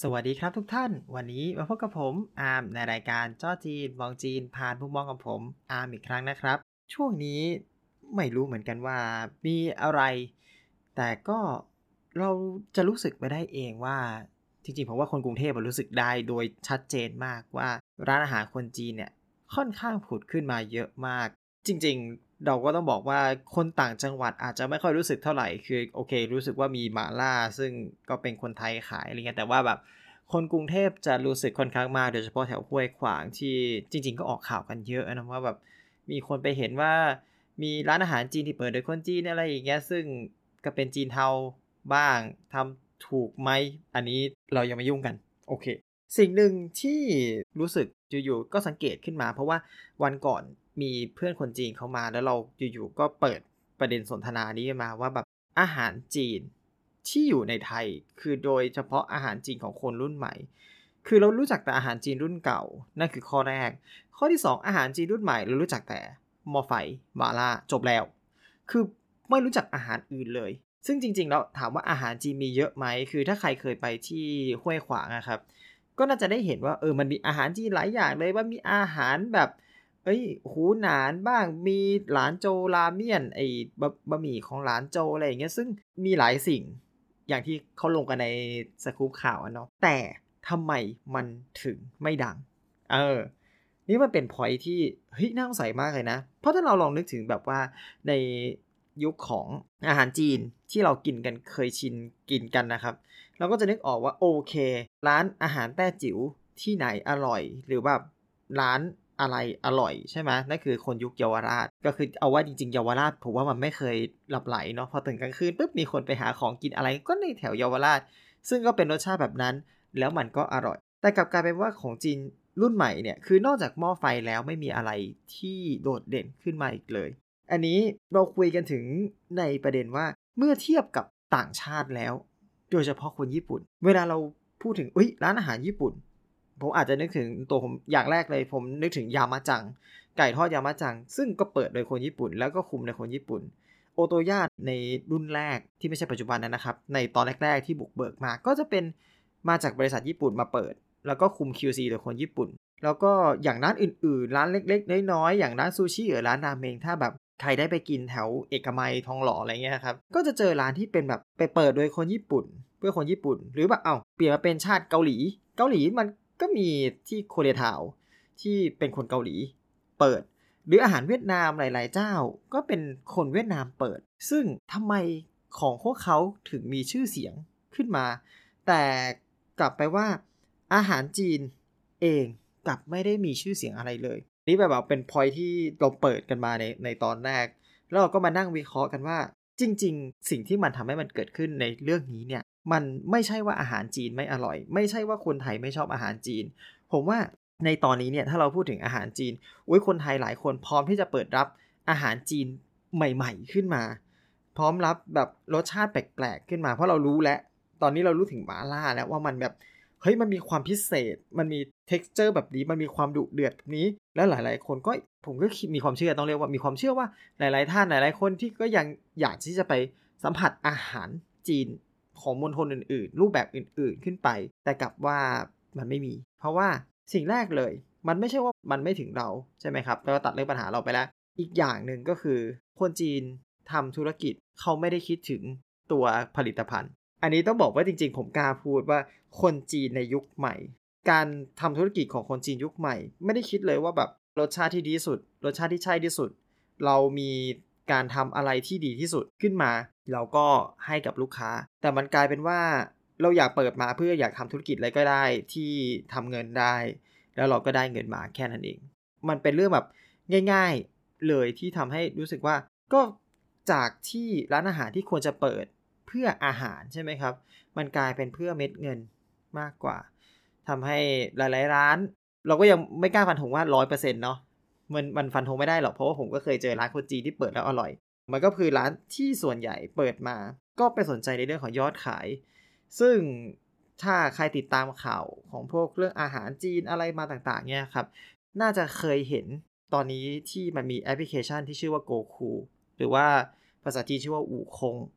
สวัสดีครับทุกท่านวันนี้มาพบกับผมอาร์มในรายการจ้อจีนมองจีนผ่านมุมมองของผมอาร์มอีกครั้งนะครับช่วงนี้ไม่รู้เหมือนกันว่ามีอะไรแต่ก็เราจะรู้สึกไปได้เองว่าจริงๆผมว่าคนกรุงเทพรู้สึกได้โดยชัดเจนมากว่าร้านอาหารคนจีนเนี่ยค่อนข้างผุดขึ้นมาเยอะมากจริงๆเราก็ต้องบอกว่าคนต่างจังหวัดอาจจะไม่ค่อยรู้สึกเท่าไหร่คือโอเครู้สึกว่ามีหม่าล่าซึ่งก็เป็นคนไทยขายอะไรเงี้ยแต่ว่าแบบคนกรุงเทพจะรู้สึกค่อนข้างมากโดยเฉพาะแถวห้วยขวางที่จริงๆก็ออกข่าวกันเยอะนะว่าแบบมีคนไปเห็นว่ามีร้านอาหารจีนที่เปิดโดยคนจีนอะไรอย่างเงี้ยซึ่งก็เป็นจีนเทาบ้างทำถูกไหมอันนี้เรายังไม่ยุ่งกันโอเคสิ่งหนึ่งที่รู้สึกอยู่ๆก็สังเกตขึ้นมาเพราะว่าวันก่อนมีเพื่อนคนจีนเขามาแล้วเราอยู่ๆก็เปิดประเด็นสนทนานี้มาว่าแบบอาหารจีนที่อยู่ในไทยคือโดยเฉพาะอาหารจีนของคนรุ่นใหม่คือเรารู้จักแต่อาหารจีนรุ่นเก่านั่นคือข้อแรกข้อที่2อาหารจีนรุ่นใหม่เรารู้จักแต่หม้อไฟหม่าล่าจบแล้วคือไม่รู้จักอาหารอื่นเลยซึ่งจริงๆแล้วถามว่าอาหารจีนมีเยอะไหมคือถ้าใครเคยไปที่ห้วยขวางนะครับก็น่าจะได้เห็นว่ามันมีอาหารจีนหลายอย่างเลยว่ามีอาหารแบบหูหนานบ้างมีหลานโจวราเมี่ยนบะหมี่ของหลานโจวอะไรอย่างเงี้ยซึ่งมีหลายสิ่งอย่างที่เขาลงกันในสกู๊ปข่าวเนาะแต่ทำไมมันถึงไม่ดังเออนี่มันเป็นพอยที่น่าสงสัยมากเลยนะเพราะถ้าเราลองนึกถึงแบบว่าในยุคของอาหารจีนที่เรากินกันเคยชินกินกันนะครับเราก็จะนึกออกว่าโอเคร้านอาหารแต้จิ๋วที่ไหนอร่อยหรือแบบร้านอะไรอร่อยใช่ไหมนั่นคือคนยุคเยาวราชก็คือเอาว่าจริงๆเยาวราชผมว่ามันไม่เคยหลับไหลเนาะพอตื่นกลางคืนปุ๊บมีคนไปหาของกินอะไรก็ในแถวเยาวราชซึ่งก็เป็นรสชาติแบบนั้นแล้วมันก็อร่อยแต่กลับกลายเป็นว่าของจีนรุ่นใหม่เนี่ยคือนอกจากหม้อไฟแล้วไม่มีอะไรที่โดดเด่นขึ้นมาอีกเลยอันนี้เราคุยกันถึงในประเด็นว่าเมื่อเทียบกับต่างชาติแล้วโดยเฉพาะคนญี่ปุ่นเวลาเราพูดถึงร้านอาหารญี่ปุ่นผมอาจจะนึกถึงตัวผมอย่างแรกเลยผมนึกถึงยามาจังไก่ทอดยามาจังซึ่งก็เปิดโดยคนญี่ปุ่นแล้วก็คุมโดยคนญี่ปุ่นโอโตย่าในรุ่นแรกที่ไม่ใช่ปัจจุบันนะครับในตอนแรกๆที่บุกเบิกมาก็จะเป็นมาจากบริษัทญี่ปุ่นมาเปิดแล้วก็คุม QC โดยคนญี่ปุ่นแล้วก็อย่างร้านอื่นๆร้านเล็กๆน้อยๆอย่างร้านซูชิหรือร้านราเมงถ้าแบบใครได้ไปกินแถวเอกมัยทองหล่ออะไรเงี้ยครับก็จะเจอร้านที่เป็นแบบไปเปิดโดยคนญี่ปุ่นเพื่อคนญี่ปุ่นหรือแบบเปลี่ยนมาเป็นชาติเกาหลีมันก็มีที่โคเรียทาวที่เป็นคนเกาหลีเปิดหรืออาหารเวียดนามหลายๆเจ้าก็เป็นคนเวียดนามเปิดซึ่งทำไมของพวกเขาถึงมีชื่อเสียงขึ้นมาแต่กลับไปว่าอาหารจีนเองกลับไม่ได้มีชื่อเสียงอะไรเลยนี่แบบเป็น point ที่เราเปิดกันมาในตอนแรกแล้วเราก็มานั่งวิเคราะห์กันว่าจริงๆสิ่งที่มันทำให้มันเกิดขึ้นในเรื่องนี้เนี่ยมันไม่ใช่ว่าอาหารจีนไม่อร่อยไม่ใช่ว่าคนไทยไม่ชอบอาหารจีนผมว่าในตอนนี้เนี่ยถ้าเราพูดถึงอาหารจีนคนไทยหลายคนพร้อมที่จะเปิดรับอาหารจีนใหม่ๆขึ้นมาพร้อมรับแบบรสชาติแปลกๆขึ้นมาเพราะเรารู้แล้วตอนนี้เรารู้ถึงหม่าล่าแล้วว่ามันแบบมันมีความพิเศษมันมี texture แบบนี้มันมีความดุเดือดแบบนี้แล้วหลายๆคนก็ผมก็มีความเชื่อต้องเรียกว่ามีความเชื่อว่าหลายๆท่านหลายๆคนที่ก็ยังอยากที่จะไปสัมผัสอาหารจีนของมณฑลอื่นๆรูปแบบอื่นๆขึ้นไปแต่กลับว่ามันไม่มีเพราะว่าสิ่งแรกเลยมันไม่ใช่ว่ามันไม่ถึงเราใช่ไหมครับแล้วก็ตัดเรื่องปัญหาเราไปแล้วอีกอย่างหนึ่งก็คือคนจีนทำธุรกิจเขาไม่ได้คิดถึงตัวผลิตภัณฑ์อันนี้ต้องบอกว่าจริงๆผมกล้าพูดว่าคนจีนในยุคใหม่การทำธุรกิจของคนจีนยุคใหม่ไม่ได้คิดเลยว่าแบบรสชาติที่ดีที่สุดรสชาติที่ใช่ที่สุดเรามีการทำอะไรที่ดีที่สุดขึ้นมาเราก็ให้กับลูกค้าแต่มันกลายเป็นว่าเราอยากเปิดมาเพื่ออยากทำธุรกิจอะไรก็ได้ที่ทำเงินได้แล้วเราก็ได้เงินมาแค่นั้นเองมันเป็นเรื่องแบบง่ายๆเลยที่ทำให้รู้สึกว่าก็จากที่ร้านอาหารที่ควรจะเปิดเพื่ออาหารใช่ไหมครับมันกลายเป็นเพื่อเม็ดเงินมากกว่าทำให้หลายๆร้านเราก็ยังไม่กล้าฟันธงว่า 100% เนาะมันฟันธงไม่ได้หรอกเพราะว่าผมก็เคยเจอร้านคนจีนที่เปิดแล้วอร่อยมันก็คือร้านที่ส่วนใหญ่เปิดมาก็ไปสนใจในเรื่องของยอดขายซึ่งถ้าใครติดตามข่าวของพวกเรื่องอาหารจีนอะไรมาต่างๆเนี่ยครับน่าจะเคยเห็นตอนนี้ที่มันมีแอปพลิเคชันที่ชื่อว่า Goku หรือว่าภาษาจีนชื่อว่าอู่คง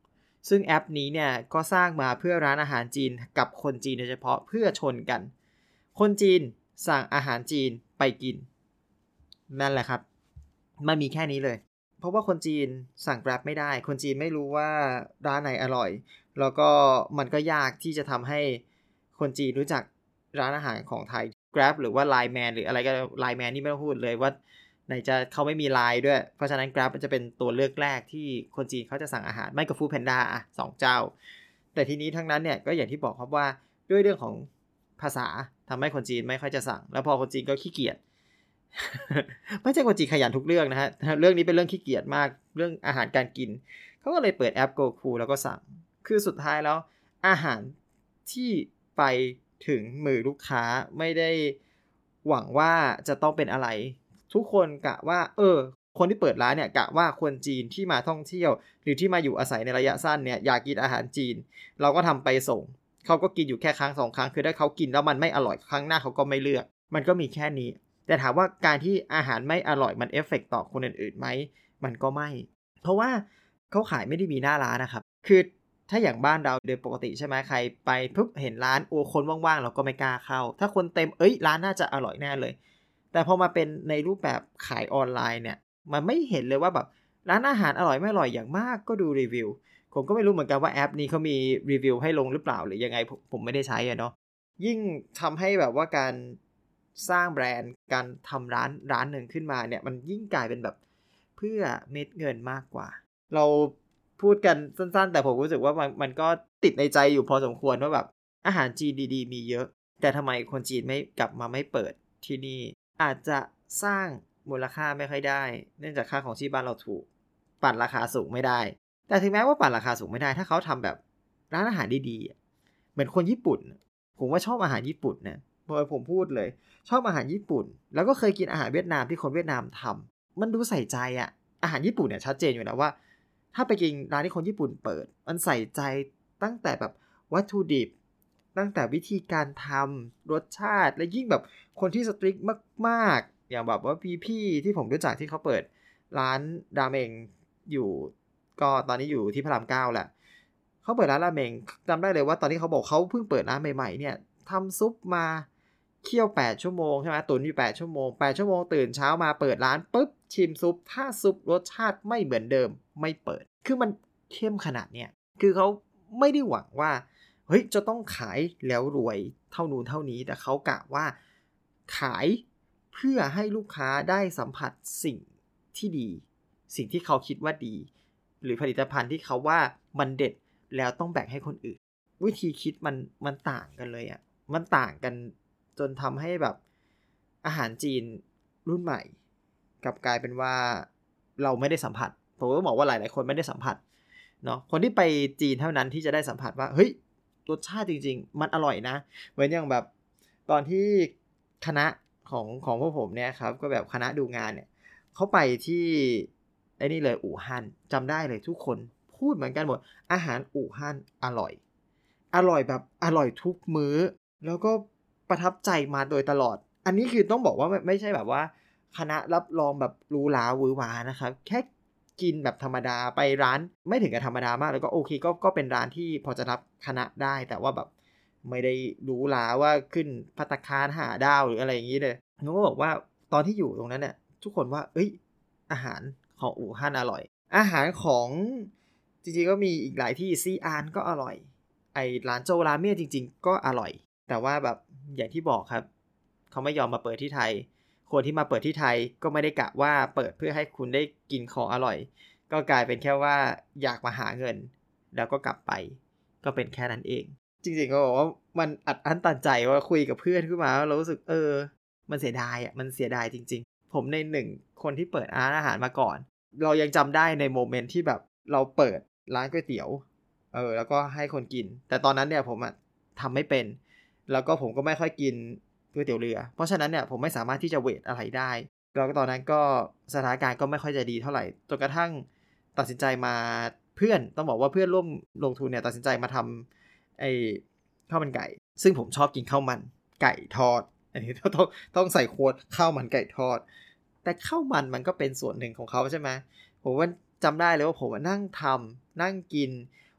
ซึ่งแอปนี้เนี่ยก็สร้างมาเพื่อร้านอาหารจีนกับคนจีนโดยเฉพาะเพื่อชนกันคนจีนสั่งอาหารจีนไปกินนั่นแหละครับมันมีแค่นี้เลยเพราะว่าคนจีนสั่ง Grab ไม่ได้คนจีนไม่รู้ว่าร้านไหนอร่อยแล้วก็มันก็ยากที่จะทำให้คนจีนรู้จักร้านอาหารของไทย Grab หรือว่า Line Man หรืออะไรก็ Line Man นี่ไม่ต้องพูดเลยว่าไหนจะเขาไม่มี Line ด้วยเพราะฉะนั้น Grab มันจะเป็นตัวเลือกแรกที่คนจีนเขาจะสั่งอาหารไม่ก็ Foodpanda อ่ะ2เจ้าแต่ทีนี้ทั้งนั้นเนี่ยก็อย่างที่บอกครับว่าด้วยเรื่องของภาษาทำให้คนจีนไม่ค่อยจะสั่งแล้วพอคนจีนก็ขี้เกียจ ไม่ใช่คนจีนขยันทุกเรื่องนะฮะเรื่องนี้เป็นเรื่องขี้เกียจมากเรื่องอาหารการกินเขาก็เลยเปิดแอป GoKu แล้วก็สั่งคือสุดท้ายแล้วอาหารที่ไปถึงมือลูกค้าไม่ได้หวังว่าจะต้องเป็นอะไรทุกคนกะว่าคนที่เปิดร้านเนี่ยกะว่าคนจีนที่มาท่องเที่ยวหรือที่มาอยู่อาศัยในระยะสั้นเนี่ยอยากกินอาหารจีนเราก็ทำไปส่งเขาก็กินอยู่แค่ครั้ง2ครั้งคือถ้าเขากินแล้วมันไม่อร่อยครั้งหน้าเขาก็ไม่เลือกมันก็มีแค่นี้แต่ถามว่าการที่อาหารไม่อร่อยมันเอฟเฟกต์ต่อคนอื่นๆไหมมันก็ไม่เพราะว่าเขาขายไม่ได้มีหน้าร้านนะครับคือถ้าอย่างบ้านเราโดยปกติใช่ไหมใครไปปุ๊บเห็นร้านคนว่างๆเราก็ไม่กล้าเข้าถ้าคนเต็มร้านน่าจะอร่อยแน่เลยแต่พอมาเป็นในรูปแบบขายออนไลน์เนี่ยมันไม่เห็นเลยว่าแบบร้านอาหารอร่อยไม่อร่อยอย่างมากก็ดูรีวิวผมก็ไม่รู้เหมือนกันว่าแอปนี้เขามีรีวิวให้ลงหรือเปล่าหรือยังไงผมไม่ได้ใช้อะเนาะยิ่งทำให้แบบว่าการสร้างแบรนด์การทำร้านหนึ่งขึ้นมาเนี่ยมันยิ่งกลายเป็นแบบเพื่อเม็ดเงินมากกว่าเราพูดกันสั้นๆแต่ผมรู้สึกว่ามันก็ติดในใจอยู่พอสมควรว่าแบบอาหารจีนดีๆมีเยอะแต่ทำไมคนจีนไม่กลับมาไม่เปิดที่นี่อาจจะสร้างมูลค่าไม่ค่อยได้เนื่องจากค่าของชีพบ้านเราถูกปั่นราคาสูงไม่ได้แต่ถึงแม้ว่าปั่นราคาสูงไม่ได้ถ้าเขาทำแบบร้านอาหารดีๆเหมือนคนญี่ปุ่นผมว่าชอบอาหารญี่ปุ่นนะพอผมพูดเลยชอบอาหารญี่ปุ่นแล้วก็เคยกินอาหารเวียดนามที่คนเวียดนามทำมันดูใส่ใจอะอาหารญี่ปุ่นเนี่ยชัดเจนอยู่นะว่าถ้าไปกินร้านที่คนญี่ปุ่นเปิดมันใส่ใจตั้งแต่แบบวัตถุดิบตั้งแต่วิธีการทำรสชาติและยิ่งแบบคนที่สตริกมากๆอย่างแบบว่าพี่ที่ผมรู้จักที่เขาเปิดร้านราเมงอยู่ก็ตอนนี้อยู่ที่พระราม9แหละเขาเปิดร้านราเมงจำได้เลยว่าตอนที่เขาบอกเขาเพิ่งเปิดร้านใหม่ๆเนี่ยทำซุปมาเคี่ยว8ชั่วโมงใช่ไหมตุ๋นอยู่8ชั่วโมง8ชั่วโมงตื่นเช้ามาเปิดร้านปุ๊บชิมซุปถ้าซุปรสชาติไม่เหมือนเดิมไม่เปิดคือมันเข้มขนาดเนี้ยคือเขาไม่ได้หวังว่าเฮ้ยจะต้องขายแล้วรวยเท่านู้นเท่านี้แต่เขากะว่าขายเพื่อให้ลูกค้าได้สัมผัสสิ่งที่ดีสิ่งที่เขาคิดว่าดีหรือผลิตภัณฑ์ที่เขาว่ามันเด็ดแล้วต้องแบ่งให้คนอื่นวิธีคิดมันต่างกันเลยอ่ะมันต่างกันจนทำให้แบบอาหารจีนรุ่นใหม่กลับกลายเป็นว่าเราไม่ได้สัมผัสผมก็บอกว่าหลายๆคนไม่ได้สัมผัสเนาะคนที่ไปจีนเท่านั้นที่จะได้สัมผัสว่าเฮ้ยรสชาติจริงๆมันอร่อยนะเหมือนอย่างแบบตอนที่คณะของพวกผมเนี่ยครับก็แบบคณะดูงานเนี่ยเขาไปที่ไอ้นี่เลยอู่ฮั่นจำได้เลยทุกคนพูดเหมือนกันหมดอาหารอู่ฮั่นอร่อยอร่อยแบบอร่อยทุกมื้อแล้วก็ประทับใจมาโดยตลอดอันนี้คือต้องบอกว่าไม่ใช่แบบว่าคณะรับรองแบบหรูหราหวือหวานะครับแค่กินแบบธรรมดาไปร้านไม่ถึงกับธรรมดามากแล้วก็โอเคก็เป็นร้านที่พอจะรับคณะได้แต่ว่าแบบไม่ได้หรูหราว่าขึ้นภัตตาคาร5 ดาวหรืออะไรอย่างนี้เลยน้องก็บอกว่าตอนที่อยู่ตรงนั้นเนี่ยทุกคนว่าเอ้ยอาหารของอู่ฮั่นอร่อยอาหารของจริงๆก็มีอีกหลายที่ซีอานก็อร่อยไอร้านโจราเมียจริงๆก็อร่อยแต่ว่าแบบอย่างที่บอกครับเขาไม่ยอมมาเปิดที่ไทยคนที่มาเปิดที่ไทยก็ไม่ได้กะว่าเปิดเพื่อให้คุณได้กินของอร่อยก็กลายเป็นแค่ว่าอยากมาหาเงินแล้วก็กลับไปก็เป็นแค่นั้นเองจริงๆก็บอกว่ามันอัดอั้นตันใจว่าคุยกับเพื่อนขึ้นมาแล้วเรารู้สึกมันเสียดายอ่ะมันเสียดายจริงๆผมในหนึ่งคนที่เปิดร้านอาหารมาก่อนเรายังจำได้ในโมเมนต์ที่แบบเราเปิดร้านก๋วยเตี๋ยวแล้วก็ให้คนกินแต่ตอนนั้นเนี่ยผมอะทำไม่เป็นแล้วก็ผมก็ไม่ค่อยกินก๋วยเตี๋ยวเรือเพราะฉะนั้นเนี่ยผมไม่สามารถที่จะเวทอะไรได้แล้วก็ตอนนั้นก็สถานการณ์ก็ไม่ค่อยจะดีเท่าไหร่จนกระทั่งตัดสินใจมาเพื่อนต้องบอกว่าเพื่อนร่วมลงทุนเนี่ยตัดสินใจมาทำไอ้ข้าวมันไก่ซึ่งผมชอบกินข้าวมันไก่ทอดอันนี้ต้องใส่โค้ดข้าวมันไก่ทอดแต่ข้าวมันก็เป็นส่วนหนึ่งของเขาใช่ไหมผมว่าจำได้เลยว่าผมนั่งทำนั่งกิน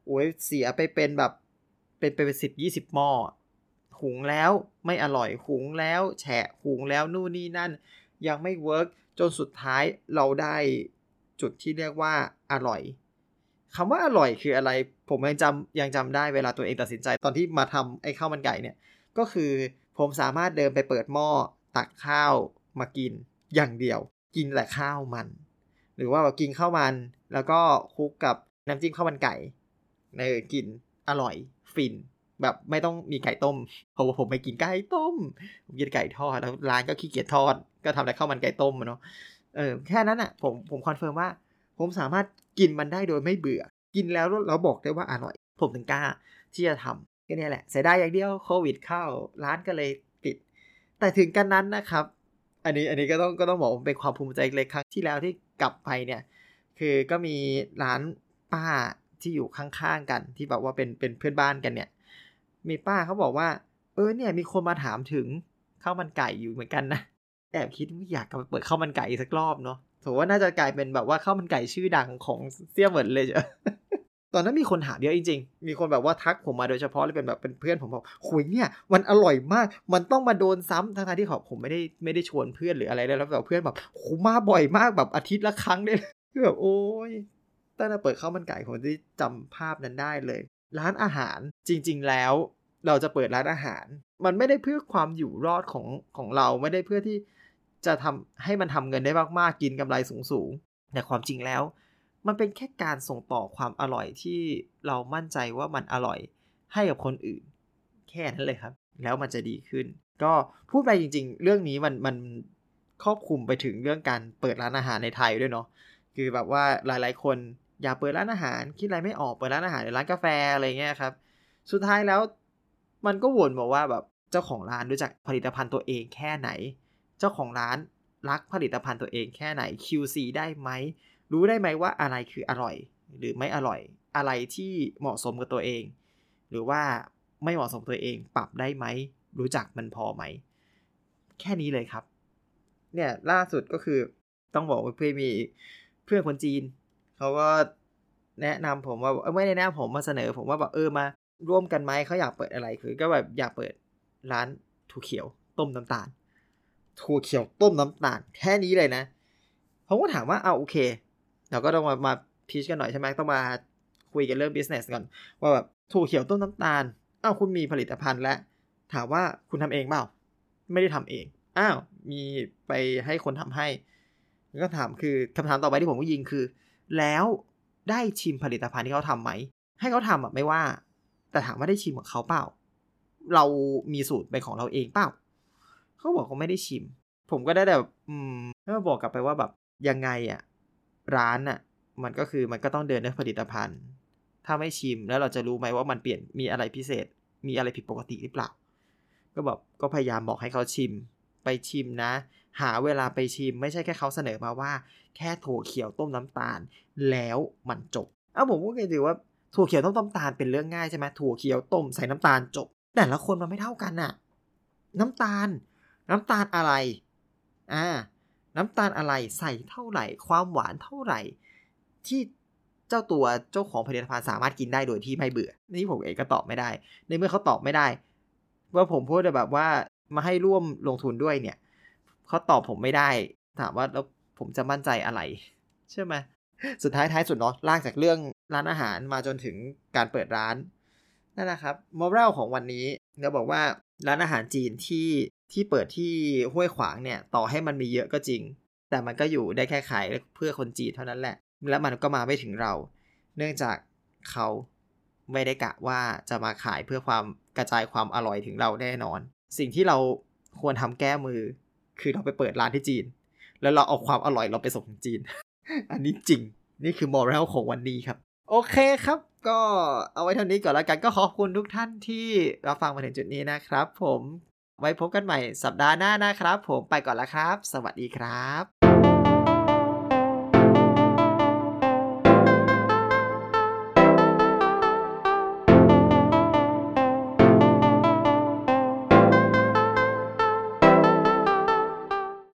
โอ้ยเสียไปเป็นแบบเป็น10-20หม้อหุงแล้วไม่อร่อยหุงแล้วแฉะหุงแล้วนู่นนี่นั่นยังไม่เวิร์กจนสุดท้ายเราได้จุดที่เรียกว่าอร่อยคำว่าอร่อยคืออะไรผมยังจำได้เวลาตัวเองตัดสินใจตอนที่มาทำไอ้ข้าวมันไก่เนี่ยก็คือผมสามารถเดินไปเปิดหม้อตักข้าวมากินอย่างเดียวกินแต่ข้าวมันหรือว่าแบบกินข้าวมันแล้วก็คลุกกับน้ำจิ้มข้าวมันไก่กินอร่อยฟินแบบไม่ต้องมีไก่ต้มเพราะว่าผมไม่กินไก่ต้มผมกินไก่ทอดแล้วร้านก็ขี้เกียจทอดก็ทำแต่ข้าวมันไก่ต้มเนาะแค่นั้นอ่ะผมคอนเฟิร์มว่าผมสามารถกินมันได้โดยไม่เบื่อกินแล้วเราบอกได้ว่าอร่อยผมถึงกล้าที่จะทำก็เนี่ยแหละเสียดายอย่างเดียวโควิดเข้าร้านก็เลยปิดแต่ถึงกันนั้นนะครับอันนี้ก็ต้องบอกว่าเป็นความภูมิใจเล็กครั้งที่แล้วที่กลับไปเนี่ยคือก็มีร้านป้าที่อยู่ข้างๆกันที่แบบว่าเป็นเพื่อนบ้านกันเนี่ยมีป้าเขาบอกว่าเนี่ยมีคนมาถามถึงข้าวมันไก่อยู่เหมือนกันนะแอบคิดว่าอยากกลับไปเปิดข้าวมันไก่อีกสักรอบเนาะถือว่าน่าจะกลายเป็นแบบว่าข้าวมันไก่ชื่อดังของเซี่ยเหมินเลยจ้ะ ตอนนั้นมีคนถามเยอะจริงๆมีคนแบบว่าทักผมมาโดยเฉพาะเลยเป็นแบบเป็นเพื่อนผมบอกโหยเนี่ยมันอร่อยมากมันต้องมาโดนซ้ำทั้งๆที่ผมไม่ได้ชวนเพื่อนหรืออะไรเลยแล้วแบบเพื่อนแบบโหมาบ่อยมากแบบอาทิตย์ละครั้งเลยคือแบบโอ้ยตั้งแต่เปิดข้าวมันไก่ผมที่จำภาพนั้นได้เลยร้านอาหารจริงๆแล้วเราจะเปิดร้านอาหารมันไม่ได้เพื่อความอยู่รอดของเราไม่ได้เพื่อที่จะทำให้มันทำเงินได้มากๆกินกำไรสูงๆแต่ความจริงแล้วมันเป็นแค่การส่งต่อความอร่อยที่เรามั่นใจว่ามันอร่อยให้กับคนอื่นแค่นั้นเลยครับแล้วมันจะดีขึ้นก็พูดไปจริงๆเรื่องนี้มันครอบคลุมไปถึงเรื่องการเปิดร้านอาหารในไทยด้วยเนาะคือแบบว่าหลายๆคนอยากเปิดร้านอาหารคิดอะไรไม่ออกเปิดร้านอาหารหรือร้านกาแฟอะไรเงี้ยครับสุดท้ายแล้วมันก็วนบอกว่าแบบเจ้าของร้านรู้จักผลิตภัณฑ์ตัวเองแค่ไหนเจ้าของร้านรักผลิตภัณฑ์ตัวเองแค่ไหน QC ได้ไหมรู้ได้ไหมว่าอะไรคืออร่อยหรือไม่อร่อยอะไรที่เหมาะสมกับตัวเองหรือว่าไม่เหมาะสมตัวเองปรับได้ไหมรู้จักมันพอไหมแค่นี้เลยครับเนี่ยล่าสุดก็คือต้องบอกว่าเพื่อนมีเพื่อนคนจีนเขาก็แนะนำผมว่าไม่ได้แนะนำผมมาเสนอผมว่าแบบมาร่วมกันไหมเขาอยากเปิดอะไรคือก็แบบอยากเปิดร้านถั่วเขียวต้มน้ำตาลถั่วเขียวต้มน้ำตาลแค่นี้เลยนะผมก็ถามว่าโอเคเราก็ต้องมาพีชกันหน่อยใช่ไหมต้องมาคุยกันเรื่อง business ก่อนว่าแบบถั่วเขียวต้มน้ำตาลคุณมีผลิตภัณฑ์แล้วถามว่าคุณทำเองเปล่าไม่ได้ทำเองมีไปให้คนทำให้แล้วก็ถามคือคำถามต่อไปที่ผมก็ยิงคือแล้วได้ชิมผลิตภัณฑ์ที่เขาทำไหมให้เขาทำไม่ว่าแต่ถามว่าได้ชิมของเขาเปล่าเรามีสูตรเป็นของเราเองเปล่าเขาบอกเขาไม่ได้ชิมผมก็ได้แบบก็บอกกลับไปว่าแบบยังไงร้านมันก็ต้องเดินด้วยผลิตภัณฑ์ถ้าไม่ชิมแล้วเราจะรู้ไหมว่ามันเปลี่ยนมีอะไรพิเศษมีอะไรผิดปกติหรือเปล่าก็พยายามบอกให้เขาชิมไปชิมนะหาเวลาไปชิมไม่ใช่แค่เขาเสนอมาว่าแค่ถั่วเขียวต้มน้ำตาลแล้วมันจบผมก็คิดว่าถั่วเขียวต้มน้ำตาลเป็นเรื่องง่ายใช่ไหมถั่วเขียวต้มใส่น้ำตาลจบแต่ละคนมันไม่เท่ากันน้ำตาลอะไรน้ำตาลอะไรใส่เท่าไหร่ความหวานเท่าไหร่ที่เจ้าของผลิตภัณฑ์สามารถกินได้โดยที่ไม่เบื่อนี่ผมเองก็ตอบไม่ได้ในเมื่อเขาตอบไม่ได้ว่าผมพูดแบบว่ามาให้ร่วมลงทุนด้วยเนี่ยเขาตอบผมไม่ได้ถามว่าแล้วผมจะมั่นใจอะไรใช่ไหมสุดท้ายสุดเนาะลากจากเรื่องร้านอาหารมาจนถึงการเปิดร้านนั่นแหละครับโมเรลของวันนี้เราบอกว่าร้านอาหารจีนที่เปิดที่ห้วยขวางเนี่ยต่อให้มันมีเยอะก็จริงแต่มันก็อยู่ได้แค่ขายเพื่อคนจีนเท่านั้นแหละและมันก็มาไม่ถึงเราเนื่องจากเขาไม่ได้กะว่าจะมาขายเพื่อความกระจายความอร่อยถึงเราแน่นอนสิ่งที่เราควรทำแก้มือคือเราไปเปิดร้านที่จีนแล้วเราเอาความอร่อยเราไปส่งถึงจีน อันนี้จริงนี่คือมอรัลของวันนี้ครับโอเคครับก็เอาไว้เท่านี้ก่อนแล้วกันก็ขอบคุณทุกท่านที่รับฟังมาถึงจุดนี้นะครับผมไว้พบกันใหม่สัปดาห์หน้านะครับผมไปก่อนแล้วครับสวัสดีครับ